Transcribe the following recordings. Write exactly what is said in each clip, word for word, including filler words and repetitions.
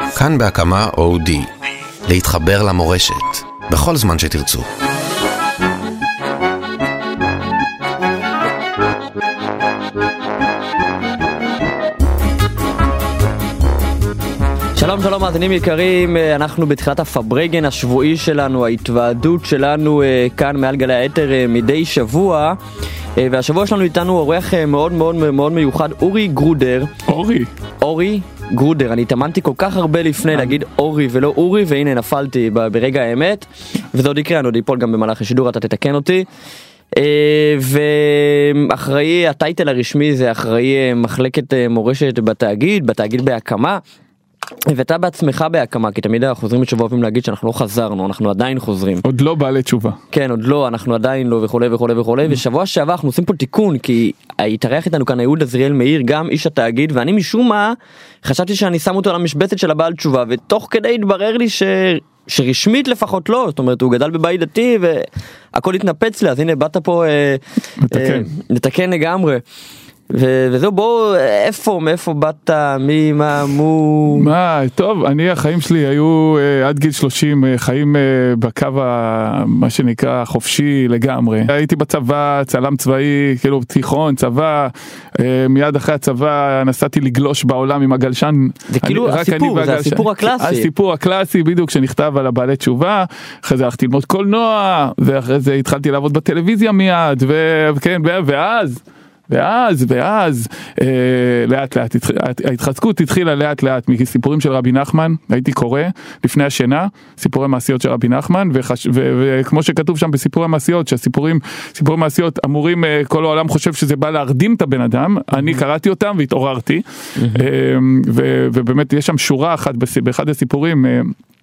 כאן בהקמה אודי. להתחבר למורשת, בכל זמן שתרצו. שלום שלום מאזינים יקרים, אנחנו בתחילת הפברייגן השבועי שלנו, ההתוועדות שלנו כאן מעל גלי האתר מדי שבוע, והשבוע שלנו איתנו אורח מאוד מאוד מאוד מיוחד, אורי גרודר. אורי? אורי גרודר, אני התאמנתי כל כך הרבה לפני להגיד אורי ולא אורי, והנה נפלתי ברגע האמת, וזה עוד יקרה, אני עוד ייפול גם במהלך השידור, אתה תתקן אותי. ואחראי, הטייטל הרשמי זה אחראי מחלקת מורשת בתאגיד, בתאגיד בהקמה, ואתה בעצמך בהקמה, כי תמיד אנחנו חוזרים בשבוע אוהבים להגיד שאנחנו לא חזרנו, אנחנו עדיין חוזרים. עוד לא בעלי תשובה. כן, עוד לא, אנחנו עדיין לא וכולי וכולי וכולי, ושבוע שעבר אנחנו עושים פה תיקון, כי התארח איתנו כאן יהודה זריאל מאיר, גם איש התאגיד, ואני משום מה חשבתי שאני שם אותו על המשבצת של הבעל תשובה, ותוך כדי התברר לי ש... שרשמית לפחות לא, זאת אומרת הוא גדל בבית דתי והכל התנפץ לה, אז הנה באת פה אה, נתקן. אה, נתקן לגמרי. ו- וזהו, בוא, איפה, מאיפה באת, מי, מה, מו... מה, טוב, אני, החיים שלי היו אה, עד גיל שלושים, אה, חיים אה, בקו, ה, מה שנקרא, חופשי לגמרי. הייתי בצבא, צלם צבאי, כאילו תיכון, צבא, אה, מיד אחרי הצבא נסעתי לגלוש בעולם עם הגלשן. זה כאילו אני, הסיפור, זה הסיפור הקלאסי. הסיפור הקלאסי, בדיוק, שנכתב על הבעלי תשובה, אחרי זה הלכתי ללמוד קולנוע, ואחרי זה התחלתי לעבוד בטלוויזיה מיד, וכן, ואז... ואז, ואז, אה, לאט לאט, ההתחזקות התחילה לאט לאט מסיפורים של רבי נחמן, הייתי קורא לפני השינה, סיפורי מעשיות של רבי נחמן, וחש, ו, וכמו שכתוב שם בסיפורי מעשיות, שהסיפורים, סיפורי מעשיות אמורים, אה, כל העולם חושב שזה בא להרדים את הבן אדם, mm-hmm. אני קראתי אותם והתעוררתי, mm-hmm. אה, ו, ובאמת יש שם שורה אחת, באחד הסיפורים, אה,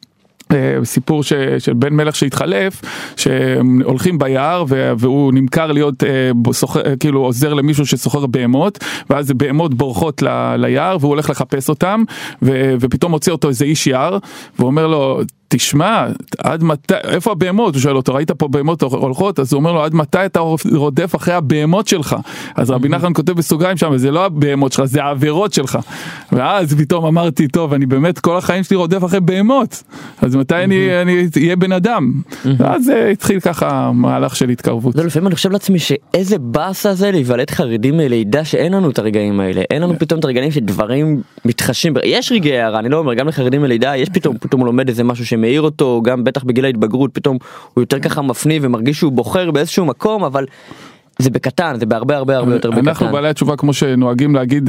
סיפור ש, של בן מלך שהתחלף, שהולכים ביער והוא נמכר להיות סוחר, כאילו עוזר למישהו שסוחר בהמות, ואז בהמות בורחות ל, ליער והוא הולך לחפש אותם, ו, ופתאום מוצא אותו איזה איש יער ואומר לו, תשמע, עד מתי, איפה הבהמות? הוא שואל אותו, ראית פה בהמות הולכות? אז הוא אומר לו, עד מתי אתה רודף אחרי הבהמות שלך? אז רבי נחמן כותב בסוגריים שם, זה לא הבהמות שלך, זה העבירות שלך. ואז פתאום אמרתי, טוב, אני באמת כל החיים שלי רודף אחרי בהמות. אז מתי אני אהיה בן אדם? ואז התחיל ככה מהלך של התקרבות. זה לפעמים אני חושב לעצמי שאיזה באסה זה להיוולד חרדים לידע שאין לנו את הרגעים האלה. אין לנו פתאום את הרגעים שדברים מתחשים. יש רגעי הערה, אני לא אומר, גם לחרדים לידע, יש פתאום, פתאום הוא לומד איזה משהו שמאיר אותו, גם בטח בגיל ההתבגרות, פתאום הוא יותר ככה מפני ומרגיש שהוא בוחר באיזשהו מקום, אבל זה בקטן, זה בהרבה הרבה הרבה יותר בקטן. אנחנו בעלי התשובה, כמו שנוהגים להגיד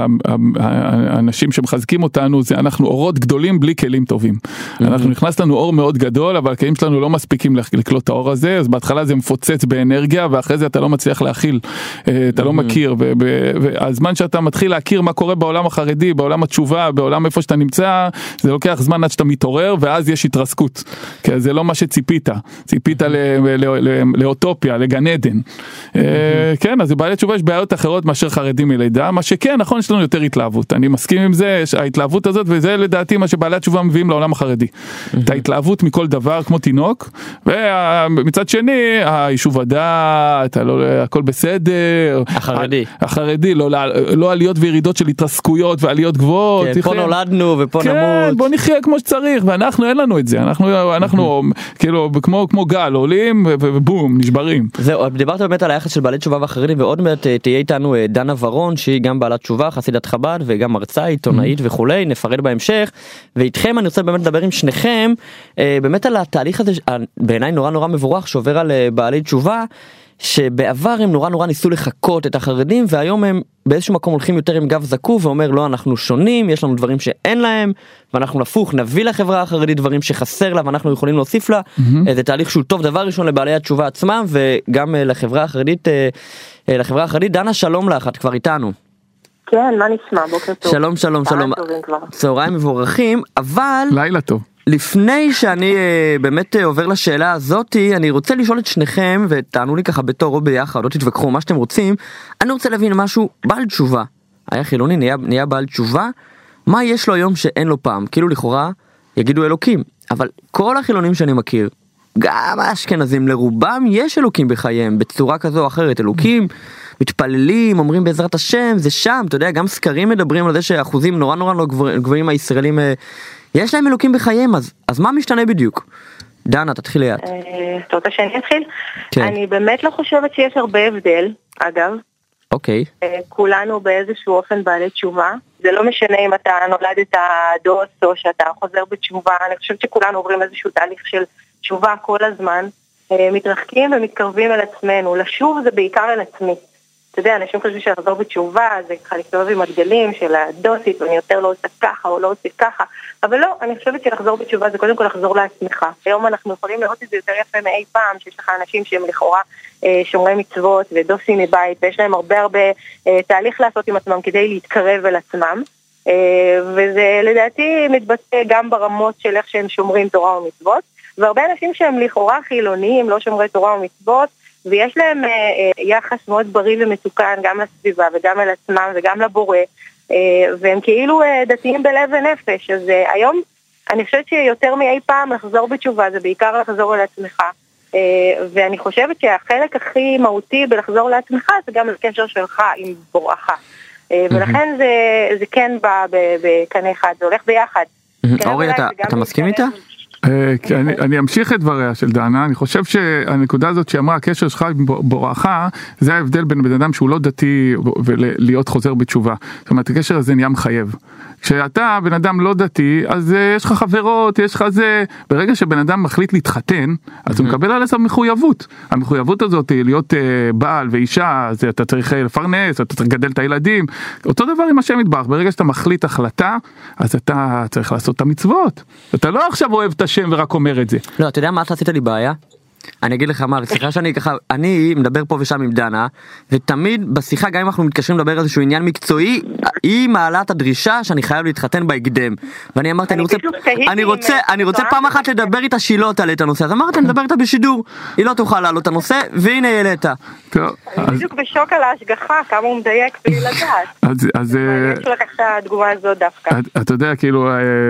האנשים שמחזקים אותנו, זה אנחנו אורות גדולים בלי כלים טובים. אנחנו נכנס לנו אור מאוד גדול, אבל הכלים שלנו לא מספיקים לקלוט את האור הזה, אז בהתחלה זה מפוצץ באנרגיה, ואחרי זה אתה לא מצליח להכיל, אתה לא מכיר, והזמן שאתה מתחיל להכיר מה קורה בעולם החרדי, בעולם התשובה, בעולם איפה שאתה נמצא, זה לוקח זמן עד שאתה מתעורר, ואז יש התרסקות, כי זה לא מה שציפית, ציפית לאוטופיה, לגן עדן. כן, אז בעלי תשובה יש בעיות אחרות מאשר חרדים מלידה, מה שכן, נכון, יש לנו יותר התלהבות, אני מסכים עם זה, ההתלהבות הזאת, וזה לדעתי מה שבעלי התשובה מביאים לעולם החרדי, את ההתלהבות מכל דבר, כמו תינוק, ומצד שני, היישוב הדעת, הכל בסדר, החרדי, החרדי, לא עליות וירידות של התרסקויות ועליות גבוהות, פה נולדנו ופה נמות, כן, בוא נחיה כמו שצריך, ואנחנו, אין לנו את זה, אנחנו, כאילו, כמו גל, עולים ובום, נשברים. זהו, דיברת באמת על היחס של בעלי תשובה ואחרים, ועוד מעט תהיה איתנו דנה ורון, שהיא גם בעלת תשובה, חסידת חב"ד, וגם מרצה, עיתונאית וכולי, נפרד בהמשך, ואיתכם אני רוצה באמת לדבר עם שניכם, באמת על התהליך הזה, בעיניי נורא נורא מבורך, שעובר על בעלי תשובה, שבעבר הם נורא נורא ניסו לחכות את החרדים, והיום הם באיזשהו מקום הולכים יותר עם גב זקוף, ואומר לא, אנחנו שונים, יש לנו דברים שאין להם, ואנחנו נפוך, נביא לחברה החרדית דברים שחסר לה, ואנחנו יכולים להוסיף לה, mm-hmm. זה תהליך שהוא טוב, דבר ראשון לבעלי התשובה עצמם, וגם לחברה החרדית, לחברה החרדית. דנה, שלום לך, את כבר איתנו. כן, מה נשמע? בוקר טוב. שלום, שלום, שלום. צהריים מבורכים, אבל... לילה טוב. לפני שאני uh, באמת uh, עובר לשאלה הזאת, אני רוצה לשאול את שניכם, ותענו לי ככה בתור או ביחד, לא תתווכחו מה שאתם רוצים, אני רוצה להבין משהו, בעל תשובה, היה חילוני, נהיה, נהיה בעל תשובה, מה יש לו היום שאין לו פעם? כאילו לכאורה יגידו אלוקים, אבל כל החילונים שאני מכיר, גם האשכנזים, לרובם יש אלוקים בחייהם, בצורה כזו או אחרת, אלוקים, מתפללים, אומרים בעזרת השם, זה שם, אתה יודע, גם סקרים מדברים על זה שאחוזים נורא נורא לא גבוהים הישראלים יש להם אלוקים בחייהם, אז, אז מה משתנה בדיוק? דנה, תתחילי את. אתה רוצה שאני אתחיל? כן. אני באמת לא חושבת שיש הרבה הבדל, אגב. אוקיי. כולנו באיזשהו אופן בעלי תשובה. זה לא משנה אם אתה נולדת דוס או שאתה חוזר בתשובה. אני חושבת שכולנו עוברים איזשהו תהליך של תשובה כל הזמן. מתרחקים ומתקרבים אל עצמנו. לשוב זה בעיקר אל עצמי. אתה יודע, אנשים חושבים שלחזור בתשובה, זה ככה להסתובב עם הגדלים של הדוסית, ואני יותר לא עושה ככה או לא עושה ככה, אבל לא, אני חושבת שלחזור בתשובה זה קודם כל לחזור לעצמך. היום אנחנו יכולים לראות את זה יותר יפה מאי פעם, שיש לך אנשים שהם לכאורה אה, שומרי מצוות ודוסים מבית, ויש להם הרבה הרבה אה, תהליך לעשות עם עצמם כדי להתקרב אל עצמם, אה, וזה לדעתי מתבטא גם ברמות של איך שהם שומרים תורה ומצוות, והרבה אנשים שהם לכאורה חילוניים, לא שומרי תורה ומצוות, ויש להם אה, אה, יחס מאוד בריא ומתוקן גם לסביבה וגם אל עצמם וגם לבורא, אה, והם כאילו אה, דתיים בלב ונפש. אז אה, היום אני חושבת שיותר מאי פעם לחזור בתשובה זה בעיקר לחזור אל עצמך, אה, ואני חושבת שהחלק הכי מהותי בלחזור לעצמך זה גם הקשר שלך עם בוראך, אה, ולכן זה, זה כן בא בקנה אחד, זה הולך ביחד. אורי, אתה, אתה מסכים איתה? אני, אני אמשיך את דבריה של דנה. אני חושב שהנקודה הזאת שאמרה הקשר שלך עם בוראך, זה ההבדל בין בן אדם שהוא לא דתי ולהיות חוזר בתשובה. זאת אומרת, הקשר הזה נהיה מחייב. כשאתה בן אדם לא דתי, אז יש לך חברות, יש לך זה. ברגע שבן אדם מחליט להתחתן, אז הוא מקבל על עצמו מחויבות. המחויבות הזאת היא להיות בעל ואישה, אז אתה צריך לפרנס, אתה צריך לגדל את הילדים. אותו דבר עם השם יתברך. ברגע שאתה מחליט החלטה, אז אתה צריך לעשות את המצוות. אתה לא עכשיו אוהב את השם ורק אומר את זה. לא, אתה יודע מה אתה עשית לי בעיה? אני אגיד לך מה, בשיחה שאני ככה, אני מדבר פה ושם עם דנה, ותמיד בשיחה, גם אם אנחנו מתקשרים לדבר איזשהו עניין מקצועי, היא מעלה את הדרישה שאני חייב להתחתן בהקדם. ואני אמרתי, אני רוצה, אני רוצה, אני רוצה פעם אחת לדבר איתה שהיא לא תעלה את הנושא. אז אמרתי, אני מדבר איתה בשידור, היא לא תוכל לעלות את הנושא, והנה העלית. אני בדיוק בשוק על ההשגחה, כמה הוא מדייק בלי לדעת. אז אני חושב לקחת את התגובה הזאת דווקא. אתה יודע, כאילו,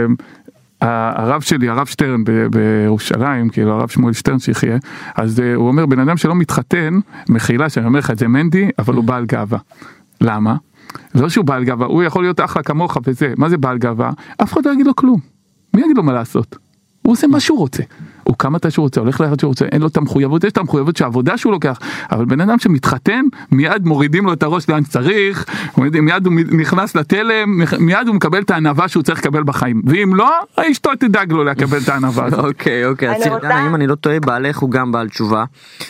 הרב שלי, הרב שטרן בירושלים, כאילו הרב שמואל שטרן שיחיה, אז הוא אומר, בן אדם שלא מתחתן, מחילה שאני אומר לך את זה מנדי, אבל הוא בעל גאווה. למה? לא שהוא בעל גאווה, הוא יכול להיות אחלה כמוך וזה. מה זה בעל גאווה? אף אחד לא יגיד לו כלום. מי יגיד לו מה לעשות? הוא עושה מה שהוא רוצה. הוא כמה אתה שהוא רוצה, הולך לאחד שהוא רוצה, אין לו את המחויבות, יש את המחויבות שהעבודה שהוא לוקח, אבל בן אדם שמתחתן, מיד מורידים לו את הראש לאן שצריך, מיד הוא נכנס לתלם, מיד הוא מקבל את הענווה שהוא צריך לקבל בחיים, ואם לא, אשתו תדאג לו לקבל את הענווה הזאת. אוקיי, אוקיי, אז אם אני לא טועה, בעלך הוא גם בעל תשובה,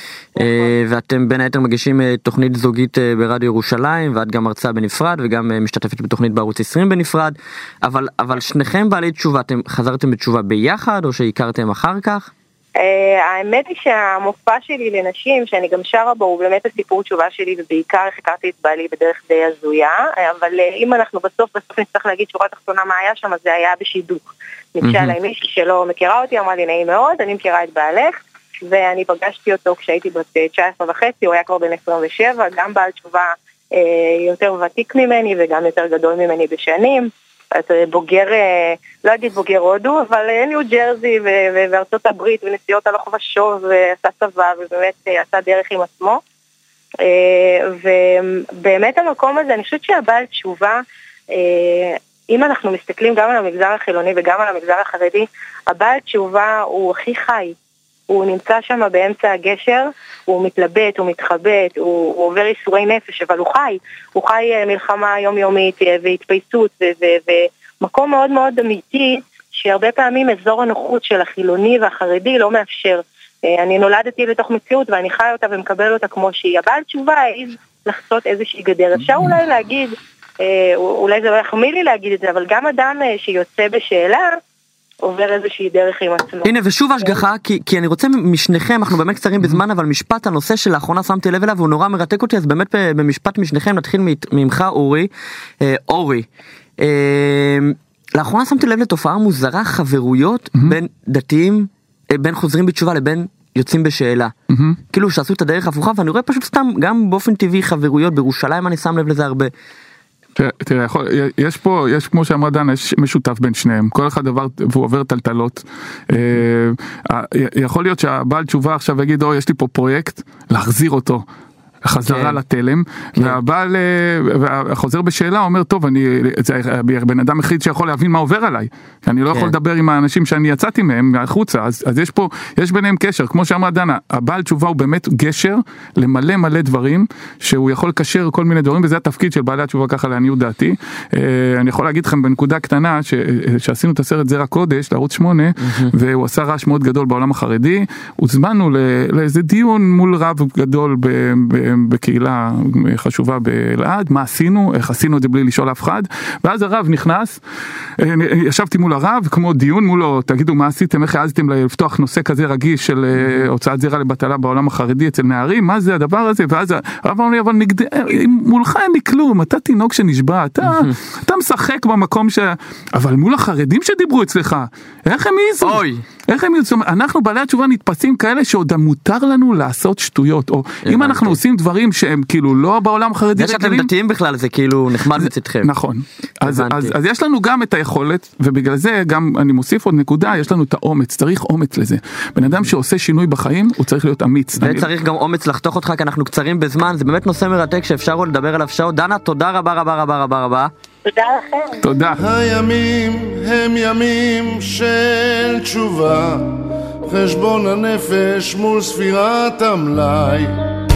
ואתם בין היתר מגישים תוכנית זוגית ברדיו ירושלים, ואת גם מרצה בנפרד, וגם משתתפת בתוכנית בערוץ עשרים בנפרד, אבל, אבל שניכם בעלי תשובה, אתם חזרתם בתשובה ביחד, או שהכרתם אחר כך? האמת היא שהמופע שלי לנשים, שאני גם שרה בו, הוא באמת הסיפור תשובה שלי, ובעיקר איך הכרתי את בעלי בדרך די הזויה, אבל אם אנחנו בסוף, בסוף נצטרך להגיד שורה תחתונה מה היה שם, אז זה היה בשידוך. ניגשה עליי מישהי שלא מכירה אותי, אמרה לי נעים מאוד, אני מכירה את בעלך, ואני פגשתי אותו כשהייתי בת תשע עשרה וחצי, הוא היה כבר בן עשרים ושבע, גם בעל תשובה אה, יותר ותיק ממני וגם יותר גדול ממני בשנים, אז בוגר, אה, לא אגיד בוגר הודו, אבל אה, ניו ג'רזי ו- וארצות הברית ונסיעות הלוך ושוב ועשה צבא ובאמת אה, עשה דרך עם עצמו, אה, ובאמת המקום הזה, אני חושבת שהבעל תשובה, אה, אם אנחנו מסתכלים גם על המגזר החילוני וגם על המגזר החרדי, הבעל תשובה הוא הכי חי. הוא נמצא שם באמצע הגשר, הוא מתלבט, הוא מתחבט, הוא, הוא עובר איסורי נפש, אבל הוא חי. הוא חי מלחמה יומיומית והתפייסות, ומקום מאוד מאוד אמיתי, שהרבה פעמים אזור הנוחות של החילוני והחרדי לא מאפשר. אני נולדתי לתוך מציאות ואני חי אותה ומקבל אותה כמו שהיא. הבעל תשובה העז לחצות איזושהי גדר. אפשר אולי להגיד, אולי זה לא יחמיא לי להגיד את זה, אבל גם אדם שיוצא בשאלה, עובר איזושהי דרך עם עצמו. הנה, ושוב השגחה, כי, כי אני רוצה משניכם, אנחנו באמת קצרים בזמן, אבל משפט הנושא שלאחרונה שמתי לב אליו, והוא נורא מרתק אותי, אז באמת במשפט משניכם נתחיל ממך אורי. אה, אורי, אה, לאחרונה שמתי לב לתופעה מוזרה, חברויות בין דתיים, אה, בין חוזרים בתשובה לבין יוצאים בשאלה. כאילו שעשו את הדרך הפוכה, ואני רואה פשוט סתם, גם באופן טבעי חברויות, בירושלים אני שם לב לזה הרבה. תראה, יש פה, יש כמו שאמרה דנה, יש משותף בין שניהם, כל אחד דבר, והוא עובר טלטלות. יכול להיות שהבעל תשובה עכשיו יגיד, או, יש לי פה פרויקט, להחזיר אותו. חזרה לתלם, והבעל חוזר בשאלה, אומר, טוב, אני, זה בן אדם היחיד שיכול להבין מה עובר עליי, אני לא יכול לדבר עם האנשים שאני יצאתי מהם, מהחוצה, אז, אז יש פה, יש ביניהם קשר, כמו שאמרה דנה, הבעל תשובה הוא באמת גשר למלא מלא דברים, שהוא יכול לקשר כל מיני דברים, וזה התפקיד של בעלי התשובה ככה לעניות דעתי. אני יכול להגיד לכם בנקודה קטנה, שעשינו את הסרט זרע קודש, לערוץ שמונה, והוא עשה רעש מאוד גדול בעולם החרדי, הוזמנו לאיזה דיון מול רב גדול בקהילה חשובה באלעד, מה עשינו, איך עשינו את זה בלי לשאול אף אחד, ואז הרב נכנס, ישבתי מול הרב, כמו דיון מולו, תגידו מה עשיתם, איך העזתם לפתוח נושא כזה רגיש של הוצאת זרע לבטלה בעולם החרדי אצל נערים, מה זה הדבר הזה, ואז הרב אמר לי, אבל מולך אין לי כלום, אתה תינוק שנשבע, אתה, אתה משחק במקום ש... אבל מול החרדים שדיברו אצלך, איך הם יעזו? אוי! איך הם יעזו? אנחנו בעלי התשובה נתפסים כאלה שעוד מותר לנו לעשות שטויות, או אם אנחנו עושים דברים שהם כאילו לא בעולם החרדי... זה שאתם דתיים בכלל, זה כאילו נחמד מצדכם. נכון. אז, אז, אז יש לנו גם את היכולת, ובגלל זה גם אני מוסיף עוד נקודה, יש לנו את האומץ, צריך אומץ לזה. בן אדם שעושה שינוי בחיים, הוא צריך להיות אמיץ. וצריך גם אומץ לחתוך אותך, כי אנחנו קצרים בזמן, זה באמת נושא מרתק שאפשר עוד לדבר עליו שעות. דנה, תודה רבה רבה רבה רבה רבה. תודה לכם. תודה. הימים הם ימים של תשובה, חשבון הנפש מול ספירת המלאי.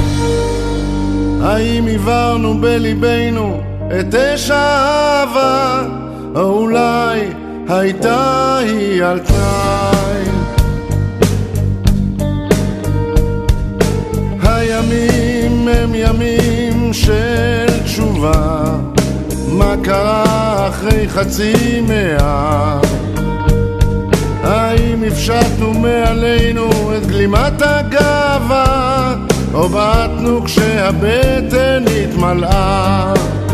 האם עברנו בליבנו את אש האהבה, או אולי הייתה היא על תנאי. הימים הם ימים של תשובה, מה קרה אחרי חצי מאה? האם הפשטנו מעלינו את גלימת הגאווה, או בעטנו כשהבטן התמלאה?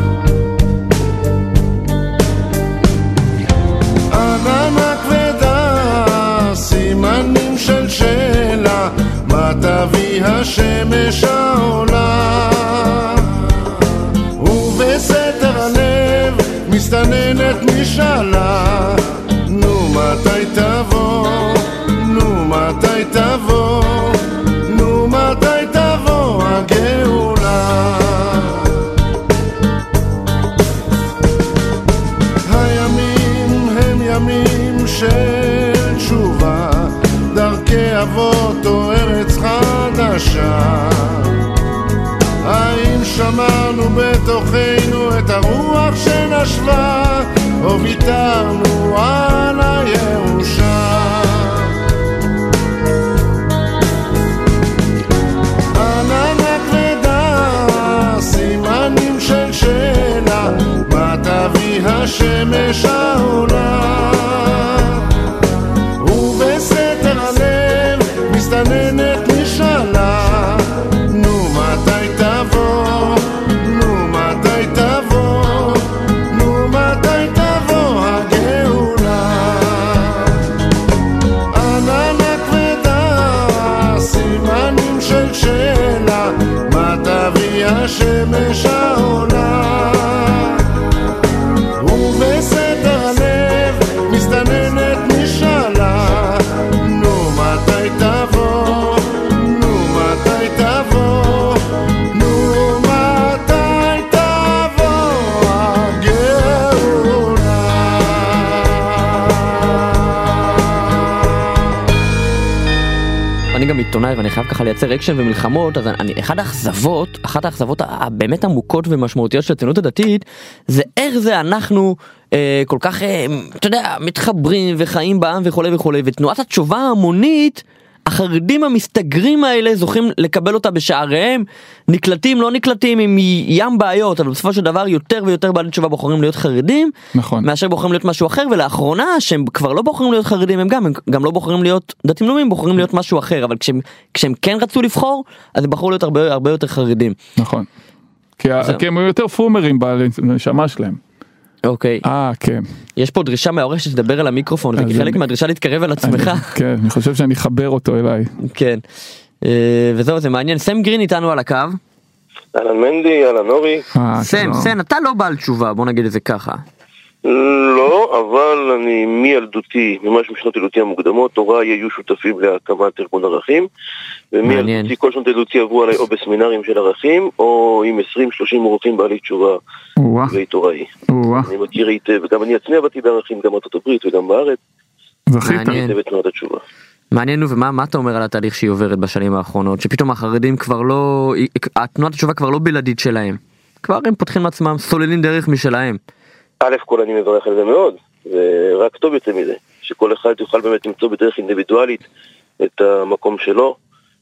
עננה כבדה, סימנים של שאלה, מה תביא השמש העולה? ובסתר הלב מסתננת משאלה, נו מתי תבוא, נו מתי תבוא, נו מתי תבוא הגאולה? הימים הם ימים של תשובה, דרכי אבות או ארץ חדשה. האם שמענו בתוכנו את הרוח שנשבה, או ויתרנו על הירושה? עננה כבדה, סימנים של שאלה, מה תביא השמש העולה? ובסתר הלב מסתננת משאלה, נו מתי תבוא, נו מתי תבוא, נו מתי תבוא הגאולה? עננה כבדה, סימנים של שאלה, מה תביא השמש העולה? ובסתר הלב מסתננת משאלה, נו מתי תבוא, נו מתי תבוא, נו מתי תבוא הגאולה? אני גם עיתונאי ואני חייב ככה לייצר אקשן ומלחמות, אז אני, אחד האכזבות, אחת האכזבות הבאמת עמוקות ומשמעותיות של הציונות הדתית, זה איך זה אנחנו אה, כל כך, אה, אתה יודע, מתחברים וחיים בעם וכו' וכו', ותנועת התשובה ההמונית, החרדים המסתגרים האלה זוכים לקבל אותה בשעריהם, נקלטים לא נקלטים עם ים בעיות, אבל בסופו של דבר יותר ויותר בעלי תשובה בוחרים להיות חרדים, נכון. מאשר בוחרים להיות משהו אחר, ולאחרונה שהם כבר לא בוחרים להיות חרדים, הם גם, הם גם לא בוחרים להיות דתיים לאומיים, בוחרים להיות משהו אחר, אבל כשהם, כשהם כן רצו לבחור, אז הם בחרו להיות הרבה, הרבה יותר חרדים. נכון. כי, כי הם יותר פומרים בנשמה שלהם. אוקיי. אה, כן. יש פה דרישה מהעורך שתדבר על המיקרופון, זה חלק מהדרישה להתקרב על עצמך. כן, אני חושב שאני אחבר אותו אליי. כן. וזהו, זה מעניין. סם גרין איתנו על הקו. אהלן מנדי, אהלן אורי. סם, סם, אתה לא בעל תשובה, בוא נגיד את זה ככה. לא, אבל אני מילדותי, ממש משנות ילדותי המוקדמות, הוריי היו שותפים להקמת ארגון ערכים, ומילדותי כל שנות ילדותי עברו עליי או בסמינרים של ערכים, או עם עשרים שלושים מורחים בעלי תשובה בית הוריי. אני מכיר היטב, וגם אני עצמי עבדתי בערכים, גם בארצות הברית וגם בארץ. זכית. היטב את תנועת התשובה. מעניין, ומה מה אתה אומר על התהליך שהיא עוברת בשנים האחרונות, שפתאום החרדים כבר לא, התנועת התשובה כבר לא בלעדית שלהם, כבר הם פותחים עצמם, סוללים דרך משלהם. א' כל אני מברך על זה מאוד, ורק טוב יוצא מזה, שכל אחד יוכל באמת למצוא בדרך אינדיבידואלית את המקום שלו.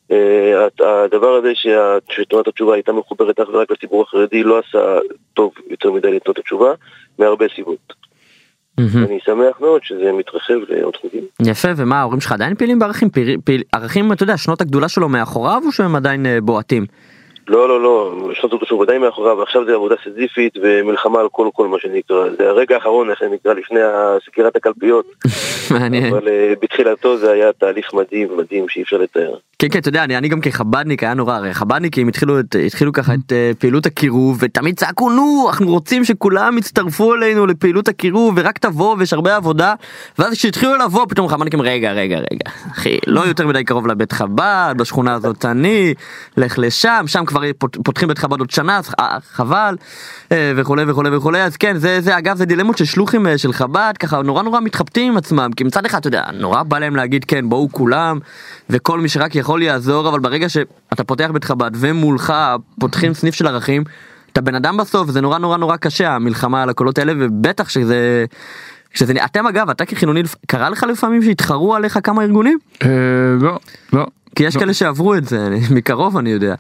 הדבר הזה שתנועת התשובה הייתה מחוברת אך ורק לציבור החרדי לא עשה טוב יותר מדי לתנועת התשובה, מהרבה סיבות. אני שמח מאוד שזה מתרחב לעוד חוגים. יפה, ומה, ההורים שלך עדיין פעילים בערכים? ערכים, אתה יודע, שנות הגדולה שלו מאחוריו או שהם עדיין בועטים? לא, לא, לא, שנות הגדולה שלו עדיין מאחוריו, ועכשיו זה עבודה סזיפית ומלחמה על כל כל מה שנקרא. זה הרגע האחרון, איך נקרא, לפני סקירת הקלפיות. מעניין. אבל בתחילתו זה היה תהליך מדהים, מדהים שאי אפשר לתאר. כן, כן, אתה יודע, אני, אני גם כחבדניק, היה נורא, הרי חבדניקים התחילו, התחילו ככה את פעילות הקירוב, ותמיד צעקו, נו, אנחנו רוצים שכולם יצטרפו אלינו לפעילות הקירוב, ורק תבוא, ויש הרבה עבודה, ואז כשהתחילו לבוא, פתאום חבדניקים, רגע, רגע, רגע, אחי, לא יותר מדי קרוב לבית חב"ד, בשכונה הזאת אני, לך לשם, שם כבר פותחים בית חב"ד עוד שנה, חבל, וכולי וכולי וכולי, אז כן, זה, זה, אגב, זה דילמות של שלוחים של חב"ד, ככה נורא נורא מתחבטים עם עצמם, כי מצד אחד, אתה יודע, נורא בא להם להגיד, כן, בואו כולם, וכל מי שרק יכול יעזור, אבל ברגע שאתה פותח בית חב"ד ומולך פותחים סניף של ערכים, אתה בן אדם בסוף, זה נורא נורא נורא קשה המלחמה על הקולות האלה, ובטח שזה, שזה, אתם אגב, אתה כחילוני, קרה לך לפעמים שהתחרו עליך כמה ארגונים? לא, לא. כי יש כאלה שעברו את זה, מקרוב אני יודע.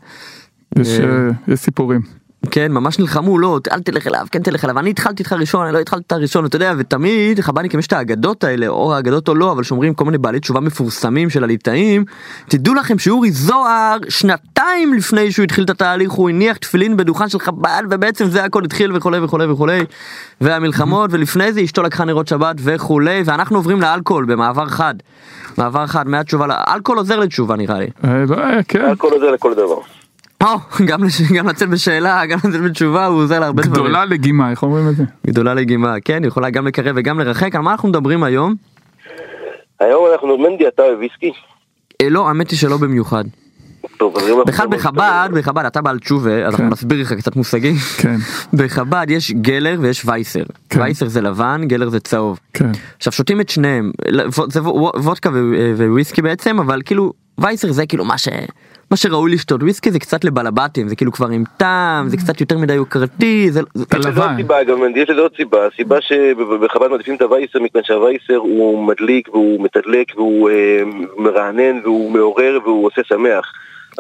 יש סיפורים. כן, ממש נלחמו, לא, אל תלך אליו, כן תלך אליו, אני התחלתי איתך ראשון, אני לא התחלתי איתך ראשון, אתה יודע, ותמיד חב"דניקים יש את האגדות האלה, או האגדות או לא, אבל שאומרים כל מיני בעלי תשובה מפורסמים של הליטאים, תדעו לכם שאורי זוהר, שנתיים לפני שהוא התחיל את התהליך, הוא הניח תפילין בדוכן של חב"ד, ובעצם זה הכל התחיל וכולי וכולי וכולי, והמלחמות, ולפני זה אשתו לקחה נרות שבת וכולי, ואנחנו עוברים לאלכוהול במעבר חד, מעבר חד, מהתשובה, אלכוהול עוזר לתשובה נראה לי. אלכוהול עוזר לכל דבר. או, גם לצאת בשאלה, גם לצאת בתשובה, הוא עוזר להרבה דברים. גדולה לגימה, איך אומרים את זה? גדולה לגימה, כן, יכולה גם לקרב וגם לרחק. על מה אנחנו מדברים היום? היום אנחנו נדמן דיאטה וויסקי. לא, האמת היא שלא במיוחד. בכלל בחב"ד, בחב"ד, אתה בעל תשובה, אז אנחנו נסביר לך קצת מושגים. בחב"ד יש גלר ויש וייסר. וייסר זה לבן, גלר זה צהוב. עכשיו שותים את שניהם, זה וודקה וויסקי בעצם, אבל כאילו וייסר זה כאילו מה ש... מה שראוי לשתות, וויסקי זה קצת לבלבטים, זה כאילו כבר עם טעם, זה קצת יותר מדי יוקרתי, זה... יש לזה עוד סיבה, גם יש לזה עוד סיבה, הסיבה שבחב"ד מעדיפים את הווייסר, מכיוון שהווייסר הוא מדליק והוא מתדלק והוא מרענן והוא מעורר והוא עושה שמח.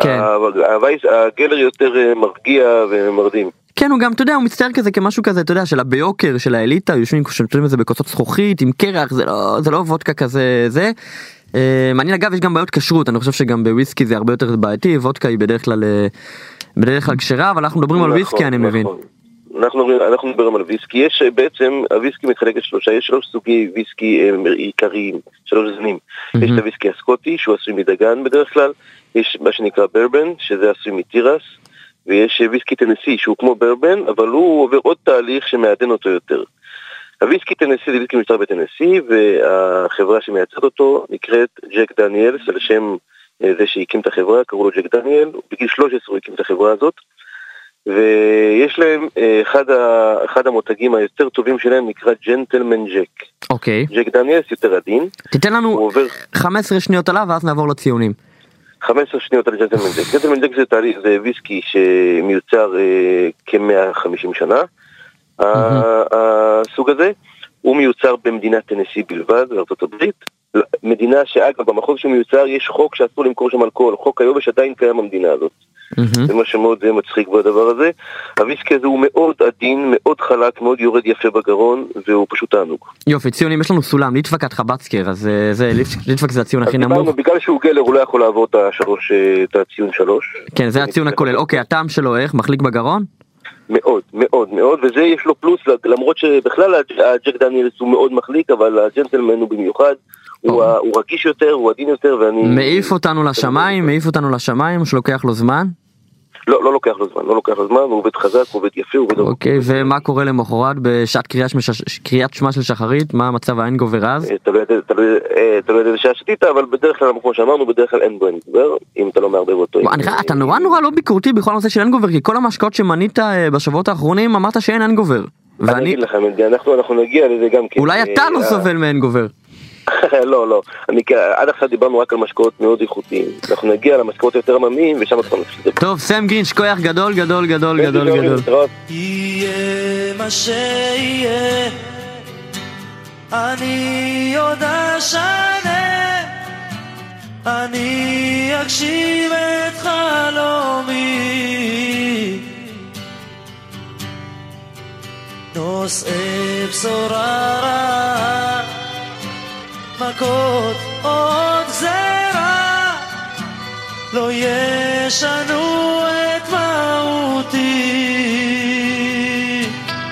הגלר יותר מרגיע ומרדים. כן, הוא גם, אתה יודע, הוא מצטער כזה כמשהו כזה, אתה יודע, של הביוקר, של האליטה, יושבים שותים את זה בקוצות זכוכית, עם קרח, זה לא וודקה כזה, זה... מעניין, אגב, יש גם בעיות כשרות, אני חושב שגם בוויסקי זה הרבה יותר בעייתי, וודקה היא בדרך כלל בדרך כלל כשרה, אבל אנחנו מדברים על וויסקי, אני מבין. אנחנו מדברים על וויסקי, יש בעצם, הוויסקי מתחלק לשלושה, יש שלוש סוגי וויסקי עיקריים, שלוש זנים. יש את הוויסקי הסקוטי, שהוא עשוי מדגן בדרך כלל, יש מה שנקרא ברבן, שזה עשוי מתירס, ויש וויסקי טנסי, שהוא כמו ברבן, אבל הוא עובר עוד תהליך שמעדן אותו יותר. הוויסקי טנסי זה וויסקי מיוצר בטנסי, והחברה שמייצרת אותו נקראת ג'ק דניאלס, על שם זה שהקים את החברה, קראו לו ג'ק דניאל, בגיל שלוש עשרה הוא הקים את החברה הזאת, ויש להם, אחד, ה, אחד המותגים היותר טובים שלהם נקרא ג'נטלמן ג'ק. אוקיי. ג'ק דניאלס יותר עדין. תיתן לנו עובר... חמש עשרה שניות עליו, ואז נעבור לציונים. חמש עשרה שניות על ג'נטלמן ג'ק. ג'נטלמן ג'ק זה, תהליך, זה וויסקי שמיוצר אה, כ-מאה וחמישים שנה. Mm-hmm. הסוג הזה הוא מיוצר במדינת טנסי בלבד, בארצות הברית, מדינה שאגב במחוז שהוא מיוצר יש חוק שאסור למכור שם אלכוהול, חוק היובש עדיין קיים במדינה הזאת. Mm-hmm. זה מה שמאוד זה מצחיק בדבר הזה. הוויסקי הזה הוא מאוד עדין, מאוד חלק, מאוד יורד יפה בגרון, והוא פשוט תענוג. יופי, ציונים, יש לנו סולם, ליטווק עד חבצקר, אז זה, ליטווק זה הציון הכי נמוך. בגלל שהוא גלר הוא לא יכול לעבור את השלוש, את הציון שלוש. כן, זה הציון הכולל. אוקיי, הטעם שלו איך? מחליק בגרון? מאוד, מאוד, מאוד, וזה יש לו פלוס, למרות שבכלל הג'ק דניאלס הוא מאוד מחליק, אבל הג'נטלמן הוא במיוחד, הוא, הוא רגיש יותר, הוא עדין יותר, ואני... מעיף אותנו לשמיים, מעיף אותנו לשמיים, שלוקח לו זמן? לא, לא לוקח לו זמן, לא לוקח לו זמן, הוא עובד חזק, הוא עובד יפה, הוא עובד... אוקיי, ומה קורה למחרת בשעת קריאת שמע של שחרית? מה המצב האין גובר אז? תלוי איזה שעה שתית, אבל בדרך כלל, כמו שאמרנו, בדרך כלל אין בו אין גובר, אם אתה לא מערבב אותו. אתה נורא נורא לא ביקורתי בכל הנושא של אין גובר, כי כל המשקאות שמנית בשבועות האחרונים אמרת שאין אין גובר. אני אגיד לכם, אנחנו נגיע לזה גם כן. אולי אתה לא סובל מאין גובר. לא, לא. עד עכשיו דיברנו רק על משקאות מאוד איכותיים. אנחנו נגיע למשקאות יותר עממיים, ושם אנחנו נפסיד. טוב, סם גרינץ', כוח גדול, גדול, גדול, גדול, גדול. יהיה מה שיהיה, אני עוד אשנה, אני אגשים את חלומי, נושאי בשורה רעה, מכות עוד גזרה, לא ישנו את מהותי.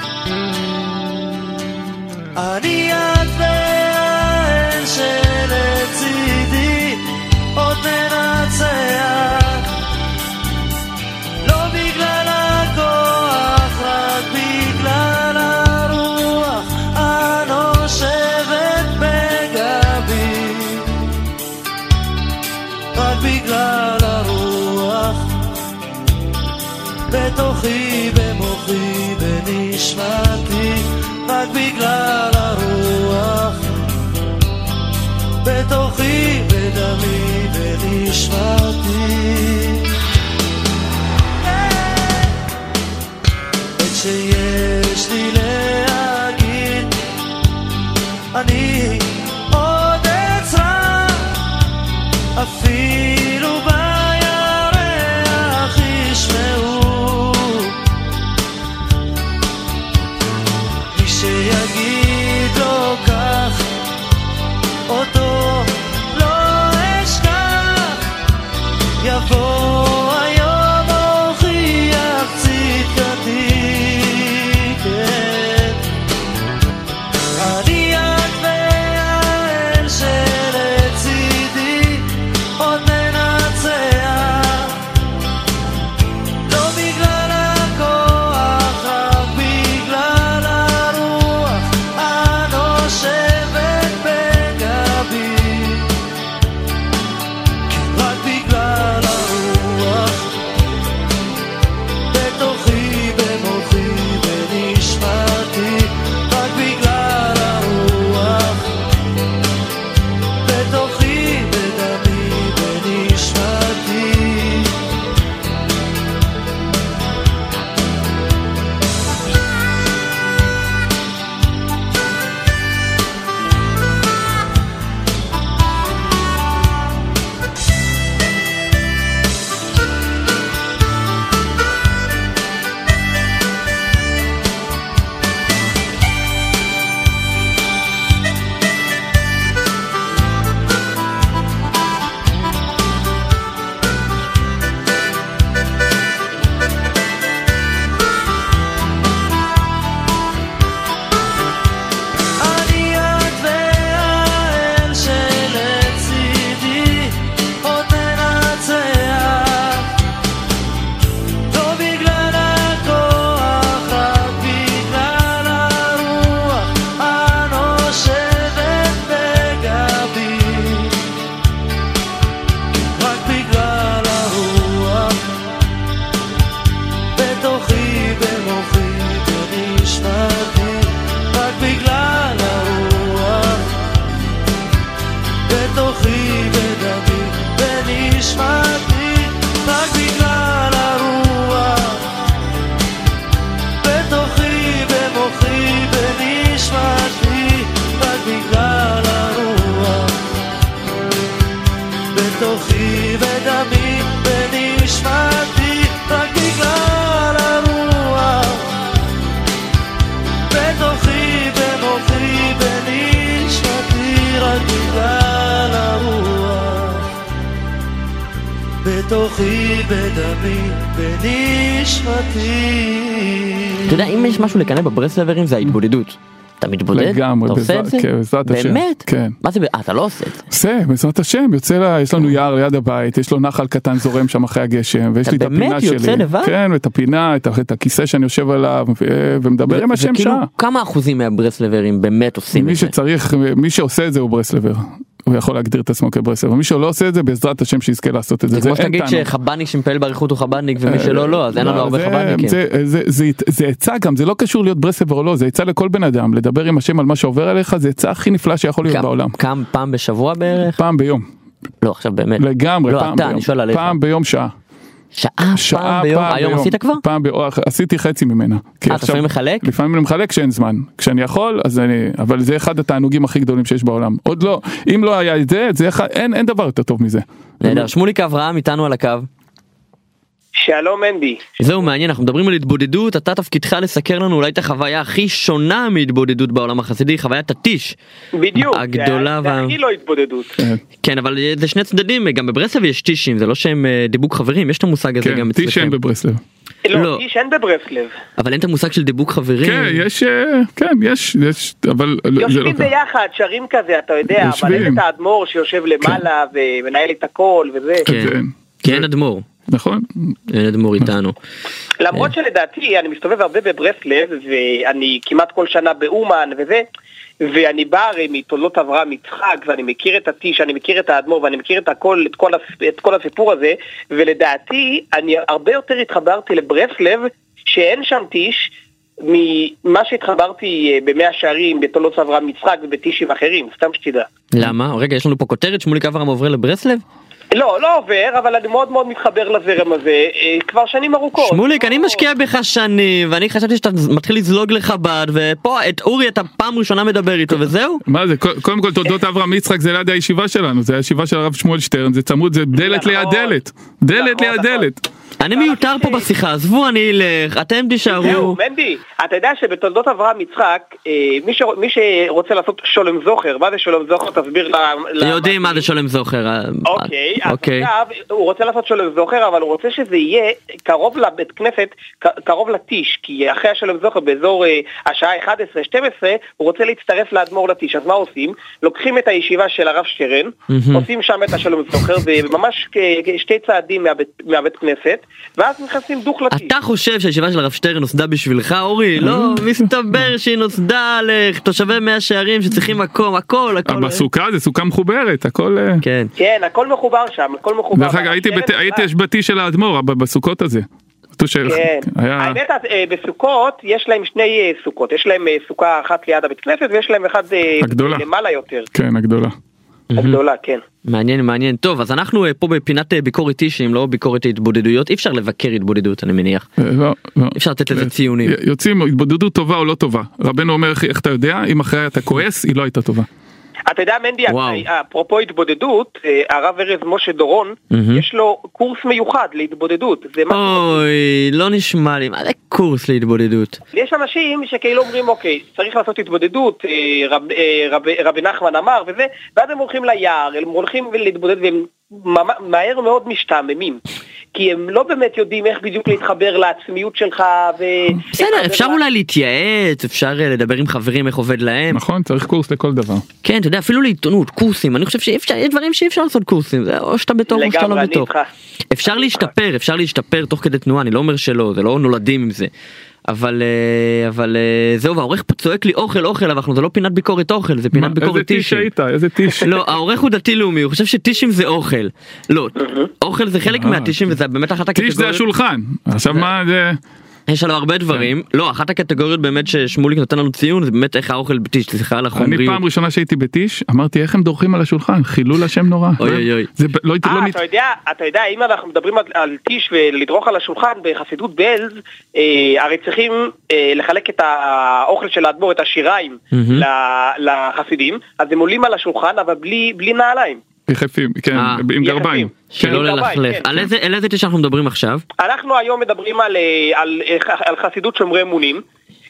אני את והאל שלצידי עוד ננצח, לא בגלל הכוח, רק בגלל הרוח הנושבת בגבי, רק בגלל הרוח בתוכי, במוחי, בנשמתי, רק בגלל הרוח בתוכי, בדמי, בנשמתי. את שיש לי להגיד אני עוד אצרה, אפילו בירח ישמעו, מי שיגיד לו כך אותו לא אשכח, יבוא היום הוכיח צדקתי, כן. אני את והאל שלצידי עוד ננצח, לא בגלל הכוח, רק בגלל הרוח הנושבת בגבי, רק בגלל הרוח בתוכי, במוחי, בנשמתי, רק בגלל הרוח בתוכי, בדמי, בנשמתי. אני את והאל שלצידי עוד ננצח, לא בגלל הכוח, רק בגלל הרוח הנושבת בגבי, רק בגלל הרוח בתוכי, במוחי, בנשמתי, רק בגלל הרוח בתוכי, בדמי, בנשמתי, רק בגלל הרוח בתוכי, במוחי, בנשמתי, רק בגלל הרוח בתוכי, בדמי, בנשמתי, רק בגלל הרוח בתוכי, במוחי, בנשמתי, רק בגלל הרוח בתוכי, בדמי, בנשמתי. אתה יודע, אם יש משהו לקנא בברסלברים זה ההתבודדות. אתה מתבודד? לגמרי, אתה עושה את זה? כן, בעזרת השם. באמת? כן. מה זה, אה, אתה לא עושה את זה? עושה, בעזרת השם, יוצא לה, יש לנו יער ליד הבית, יש לו נחל קטן זורם שם אחרי הגשם, ויש לי את הפינה שלי. באמת יוצא לבד? כן, ואת הפינה, את, את הכיסא שאני יושב עליו, ו- ומדבר עם השם וכאילו, שעה. כמה אחוזים מהברסלברים באמת עושים מי את זה? שצריך, מי שעושה את זה הוא ברסלבר. הוא יכול להגדיר את עצמו כברסלבר. מי שלא עושה את זה, בעזרת השם שיזכה לעשות את זה. זה כמו שתגיד שחבניק שמפעל באריכות הוא חבניק, ומי שלא לא, אז אין לנו הרבה חבניקים. זה עצה גם, זה לא קשור להיות ברסלבר או לא, זה עצה לכל בן אדם, לדבר עם השם על מה שעובר עליך, זה עצה הכי נפלא שיכול להיות בעולם. כמה פעם בשבוע בערך? פעם ביום. לא, עכשיו באמת. לגמרי, לא, פעם אתה, ביום. אני שואל עליך. פעם ביום שעה. שעה, פעם ביום, היום עשית כבר? פעם ביום, עשיתי חצי ממנה. אה, אתה לפעמים מחלק? לפעמים אני מחלק כשאין זמן, כשאני יכול, אז אני, אבל זה אחד התענוגים הכי גדולים שיש בעולם. עוד לא, אם לא היה את זה, זה אחד, אין, אין דבר יותר טוב מזה. נהדר, שמוליק אברהם איתנו על הקו. שלום מנדי. זהו מעניין, אנחנו מדברים על התבודדות, אתה תפקידך לסקר לנו אולי את החוויה הכי שונה מהתבודדות בעולם החסידי, חוויית הטיש. בדיוק, הגדולה זה הכי לא התבודדות. כן, אבל זה שני צדדים, גם בברסלב יש טישים, זה לא שהם דיבוק חברים, יש את המושג הזה גם אצלכם. כן, טיש אין בברסלב. לא, טיש אין בברסלב. אבל אין את המושג של דיבוק חברים. כן, יש, כן, יש, יש, אבל יושבים ביחד, שרים כזה, אתה יודע, אבל אין את האדמו"ר שיושב למעלה ומנהל את הכל וזה. כן, כן אדמו"ר. נכון. אין אדמו"ר איתנו. למרות שלדעתי, אני מסתובב הרבה בברסלב, ואני כמעט כל שנה באומן וזה, ואני בא הרי מתולדות אברהם יצחק, ואני מכיר את הטיש, אני מכיר את האדמו"ר, ואני מכיר את הכל, את כל, את כל הסיפור הזה, ולדעתי, אני הרבה יותר התחברתי לברסלב, שאין שם טיש, ממה שהתחברתי במאה שערים, בתולדות אברהם יצחק ובטישים אחרים, סתם שתדע. למה? רגע, יש לנו פה כותרת, שמוליק אברהם עובר לברסלב? לא, לא עובר, אבל אני מאוד מאוד מתחבר לזרם הזה, כבר שנים ארוכות. שמוליק, אני משקיע בך שנים, ואני חשבתי שאתה מתחיל לזלוג לחב"ד, ופה את אורי אתה פעם ראשונה מדבר איתו, וזהו? מה זה, קודם כל תולדות אברהם יצחק זה ליד הישיבה שלנו, זה הישיבה של הרב שמואל שטרן, זה צמוד, זה דלת ליד דלת, דלת ליד דלת. אני מיותר פה בשיחה, עזבו אני אלך, אתם תישארו. זהו, מנדי, אתה יודע שבתולדות אברהם יצחק, מי שרוצה לעשות שולם זוכר, מה זה שולם זוכר? תסביר לה... יודעים מה זה שולם זוכר. אוקיי, אז עכשיו, הוא רוצה לעשות שולם זוכר, אבל הוא רוצה שזה יהיה קרוב לבית כנסת, קרוב לטיש, כי אחרי השולם זוכר, באזור השעה אחת עשרה שתים עשרה, הוא רוצה להצטרף לאדמו"ר לטיש. אז מה עושים? לוקחים את הישיבה של הרב שטרן, עושים שם את השולם זוכר, וממש שתי צעדים מהבית כנסת, ואז נכנסים דוך לטיש. אתה חושב שהישיבה של הרב שטרן נוסדה בשבילך, אורי? לא, מסתבר שהיא נוסדה לתושבי מאה שערים שצריכים מקום, הכל, הכל. בסוכה זה סוכה מחוברת, הכל... כן. כן, הכל מחובר שם, הכל מחובר. דרך אגב, הייתי השבטי של האדמו"ר בסוכות הזה. כן, האמת, בסוכות יש להם שני סוכות, יש להם סוכה אחת ליד הבית כנסת ויש להם אחד למעלה יותר. כן, הגדולה. הגדולה, כן. מעניין, מעניין. טוב, אז אנחנו פה בפינת ביקורת טישים, לא ביקורת התבודדויות. אי אפשר לבקר התבודדות, אני מניח. לא, לא. אי אפשר לתת לזה ציונים. יוצאים התבודדות טובה או לא טובה. רבנו אומר, איך אתה יודע, אם אחרי אתה כועס, היא לא הייתה טובה. אתה יודע מנדי, אפרופו התבודדות, הרב ארז משה דורון, יש לו קורס מיוחד להתבודדות. אוי, לא נשמע לי, מה זה קורס להתבודדות? יש אנשים שכאילו אומרים, אוקיי, צריך לעשות התבודדות, רבי נחמן אמר וזה, ואז הם הולכים ליער, הם הולכים להתבודד והם מהר מאוד משתעממים. כי הם לא באמת יודעים איך בדיוק להתחבר לעצמיות שלך. בסדר, אפשר אולי להתייעץ, אפשר לדבר עם חברים איך עובד להם. נכון, צריך קורס לכל דבר. כן, אתה יודע, אפילו לעיתונות, קורסים, אני חושב שיש דברים שאי אפשר לעשות קורסים, זה או שאתה בתוך או שאתה לא בתוך. אפשר להשתפר, אפשר להשתפר תוך כדי תנועה, אני לא אומר שלא, זה לא נולדים עם זה. אבל אבל זהו, והעורך פה צועק לי אוכל אוכל, אבל זה לא פינת ביקורת אוכל, זה פינת ביקורת טישים. איזה טיש היית? איזה טיש? לא, העורך הוא דתי לאומי, הוא חושב שטישים זה אוכל. לא, אוכל זה חלק מהטישים וזה באמת אחת הקטגוריות. טיש זה השולחן, עכשיו מה זה... יש עליו הרבה דברים, לא, אחת הקטגוריות באמת ששמוליק נותן לנו ציון, זה באמת איך האוכל בטיש, סליחה על החומריות. אני פעם ראשונה שהייתי בטיש, אמרתי איך הם דורכים על השולחן, חילול השם נורא. אוי אוי אוי. אתה יודע, אם אנחנו מדברים על טיש ולדרוך על השולחן בחסידות בעלז, הרי צריכים לחלק את האוכל של האדמו"ר, את השיריים לחסידים, אז הם עולים על השולחן, אבל בלי נעליים. יחפים, כן, עם גרביים. שלא ללכלך. על איזה טיש אנחנו מדברים עכשיו? אנחנו היום מדברים על חסידות שומרי אמונים,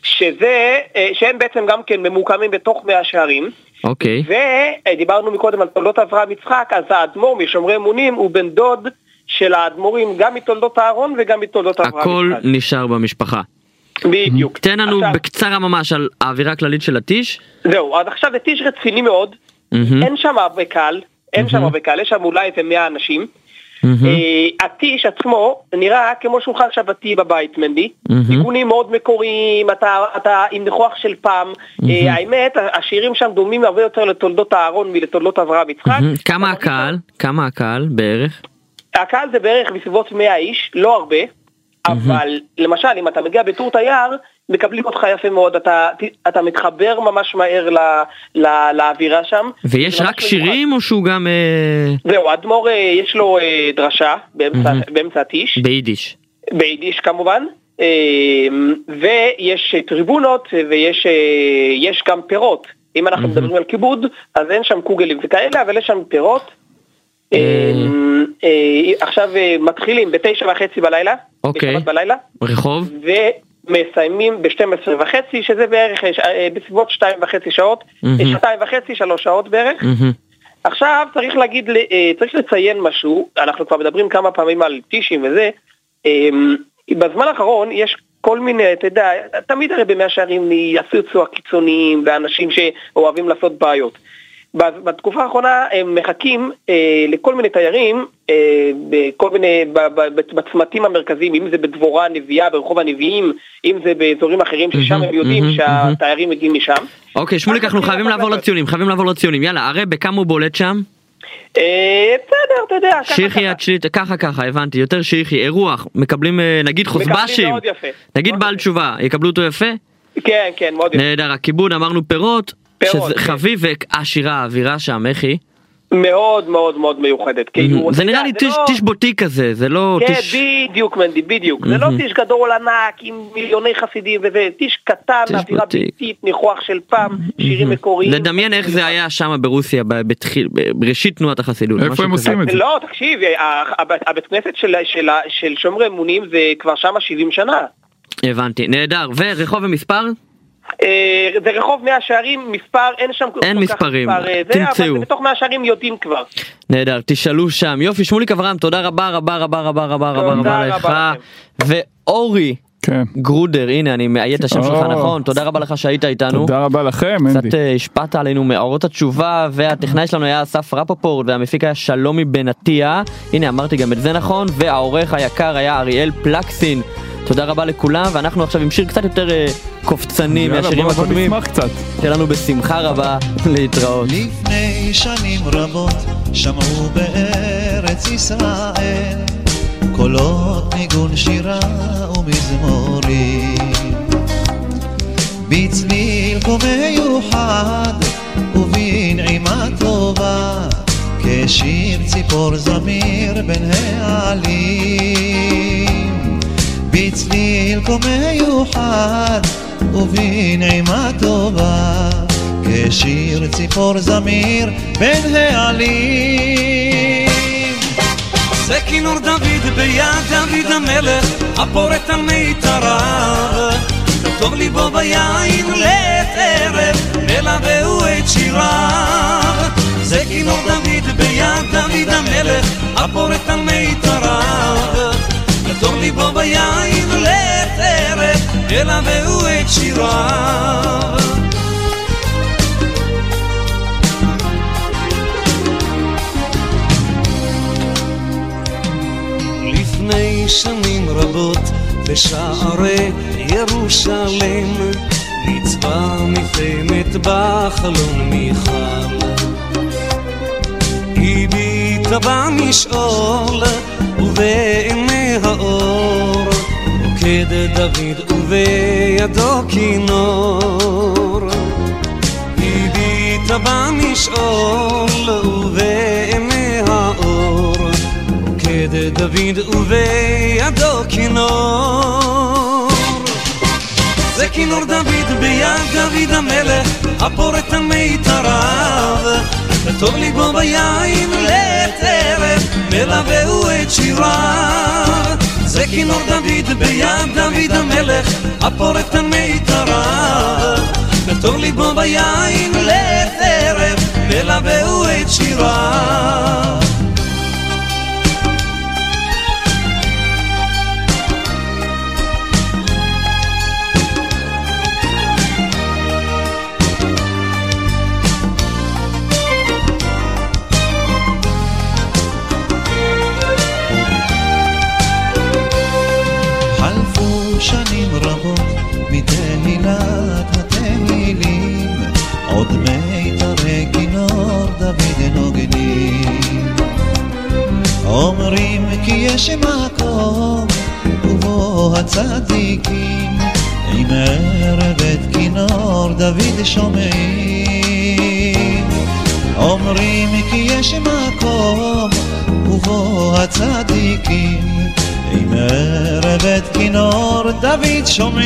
שהם בעצם גם כן ממוקמים בתוך מאה שערים. אוקיי. ודיברנו מקודם על תולדות אברהם יצחק, אז האדמו"ר משומרי אמונים הוא בן דוד של האדמו"רים גם מתולדות אהרון וגם מתולדות אברהם יצחק. הכל נשאר במשפחה. בדיוק. תן לנו עכשיו- בקצרה ממש על האווירה הכללית של הטיש. זהו, עד עכשיו זה טיש רציני מאוד, אין שם הרבה קהל, אין שם הרבה קהל, יש שם אולי איזה מאה אנשים. אה, הטיש עצמו נראה כמו שולחן שבתי בבית, מנדי, ניגונים מאוד מקוריים, אתה, אתה עם ניחוח של פעם, אה, האמת, השירים שם דומים הרבה יותר לתולדות אהרון מלתולדות אברהם יצחק. כמה הקהל? כמה הקהל בערך? הקהל זה בערך בסביבות מאה איש, לא הרבה, אבל למשל אם אתה מגיע בטור תייר, מקבלים אותך יפה מאוד, אתה, אתה מתחבר ממש מהר ל, ל, לאווירה שם. ויש זה רק ממש שירים או שהוא גם אה, זהו, אדמו"ר אה, יש לו אה, דרשה באמצע, באמצע הטיש, ביידיש? ביידיש כמובן, אה, ויש אה, טריבונות ויש אה, יש גם פירות. אם אנחנו מדברים על כיבוד, אז אין שם קוגלים וכאלה, אבל יש שם פירות. אה, אה, עכשיו אה, מתחילים בתשע וחצי בלילה, אוקיי. בשבת בלילה, רחוב? ומסיימים ב-שתים עשרה וחצי, שזה בערך אה, בסביבות שתיים וחצי שעות, שתיים וחצי, שלוש שעות בערך. עכשיו צריך להגיד, אה, צריך לציין משהו, אנחנו כבר מדברים כמה פעמים על טישים וזה, אה, בזמן האחרון יש כל מיני, אתה יודע, תמיד הרי במאה שערים יצוצו הקיצוניים ואנשים שאוהבים לעשות בעיות. בתקופה האחרונה הם מחכים אה, לכל מיני תיירים, אה, בכל מיני, ב, ב, ב, בצמתים המרכזיים, אם זה בדבורה הנביאה, ברחוב הנביאים, אם זה באזורים אחרים ששם הם יודעים שהתיירים מגיעים משם. אוקיי, שמוליק, אנחנו חייבים לעבור לציונים, חייבים לעבור לציונים, יאללה, הרי בכמה הוא בולט שם? אה, בסדר, אתה יודע, ככה שיחי ככה. עד שליט, ככה ככה, הבנתי, יותר שיחי, אירוח, מקבלים אה, נגיד חוסבשים, מאוד יפה. נגיד מאוד בעל תשובה, יקבלו אותו יפה? כן, כן, מאוד יפה. נהדר, הכיבוד, אמרנו פירות, פירות, שזה כן. חביב והשירה, האווירה שם, איך היא? מאוד מאוד מאוד מיוחדת. כאילו, זה אתה נראה יודע, לי זה טיש לא- טיש בוטי כזה, זה לא כן, טיש... בדיוק מנדי, בדיוק. זה לא טיש גדול ענק עם מיליוני חסידים וזה, טיש קטן, טיש אווירה בוטיק. ביתית, ניחוח של פעם, שירים מקוריים. לדמיין איך זה היה שם ברוסיה, ב- בתחיל- ב- בראשית תנועת החסידות. איפה משהו הם כזה. עושים את זה? לא, תקשיב, ה- הבית הבית כנסת של- של ה- של שומרי אמונים זה כבר שמה שבעים שנה. הבנתי, נהדר. ורחוב ומספר? אה, זה רחוב מאה שערים, מספר, אין שם כל אין כך מספרים, מספר, אה, זה, תמצאו. אבל זה בתוך מאה שערים יודעים כבר. נהדר, תשאלו שם. יופי, שמוליק אברהם, תודה רבה רבה רבה רבה רבה רבה רבה לך. רבה ואורי כן. גרודר, הנה אני מאיית את השם שלך או. נכון, תודה רבה לך שהיית איתנו. תודה רבה לכם, קצת אנדי. אה, השפעת עלינו מאורות התשובה, והטכנאי שלנו היה אסף רפפורט, והמפיק היה שלומי בן עטיה, הנה אמרתי גם את זה נכון, והעורך היקר היה אריאל פלקסין. תודה רבה לכולם, ואנחנו עכשיו עם שיר קצת יותר אה, קופצני יאללה, מהשירים בוא- בוא הקודמים. נשמח קצת. תהיה לנו בשמחה רבה להתראות. לפני שנים רבות שמעו בארץ ישראל קולות ניגון שירה ומזמורים בצליל כה מיוחד ובנעימה טובה כשיר ציפור זמיר בין העלים בצליל כה מיוחד ובנעימה טובה כשיר ציפור זמיר בין העלים זה כינור דוד ביד דוד המלך הפורט על מיתריו טוב ליבו ביין לעת ערב מלווהו את שיריו זה כינור דוד ביד דוד המלך הפורט על מיתריו טוב ליבו ביין לעת ערב מלווהו את שיריו לפני שנים רבות בשערי ירושלם נצבע מפעמת בחלום מיכל היא ביטה במשעול ובעיני האור רוקד דוד ובידו כינור היא ביטה במשעול ובעיני האור רוקד דוד ובידו כינור זה כינור דוד ביד דוד המלך הפורט על מיתריו וטוב ליבו ביין לעת ערב מלווהו את שיריו זה כינור דוד ביד דוד המלך הפורט על מיתריו וטוב ליבו ביין לעת ערב מלווהו את שיריו שנים רבות מתהילת התהילים עוד מיתרי כינור דוד נוגנים אומרים כי יש מקום ובו הצדיקים עם ערבת כינור דוד שומעים אומרים כי יש מקום ובו הצדיקים עם ערבת כינור דוד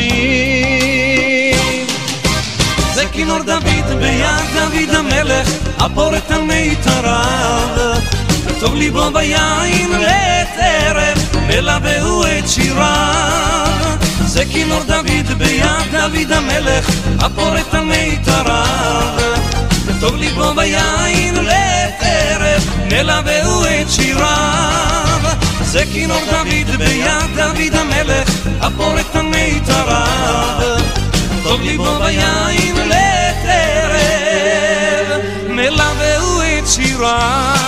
שומעים זה כינור דוד ביד דוד המלך הפורת על מיתריו טוב ליבו ביין לעת ערב מלווהו את שיריו זה כינור דוד ביד דוד המלך הפורת על מיתריו טוב ליבו ביין לעת ערב מלווהו את שיריו זה כינור דוד ביד דוד המלך הפורת על מיתריו טוב ליבו ביין לעת ערב מלווהו את שיריו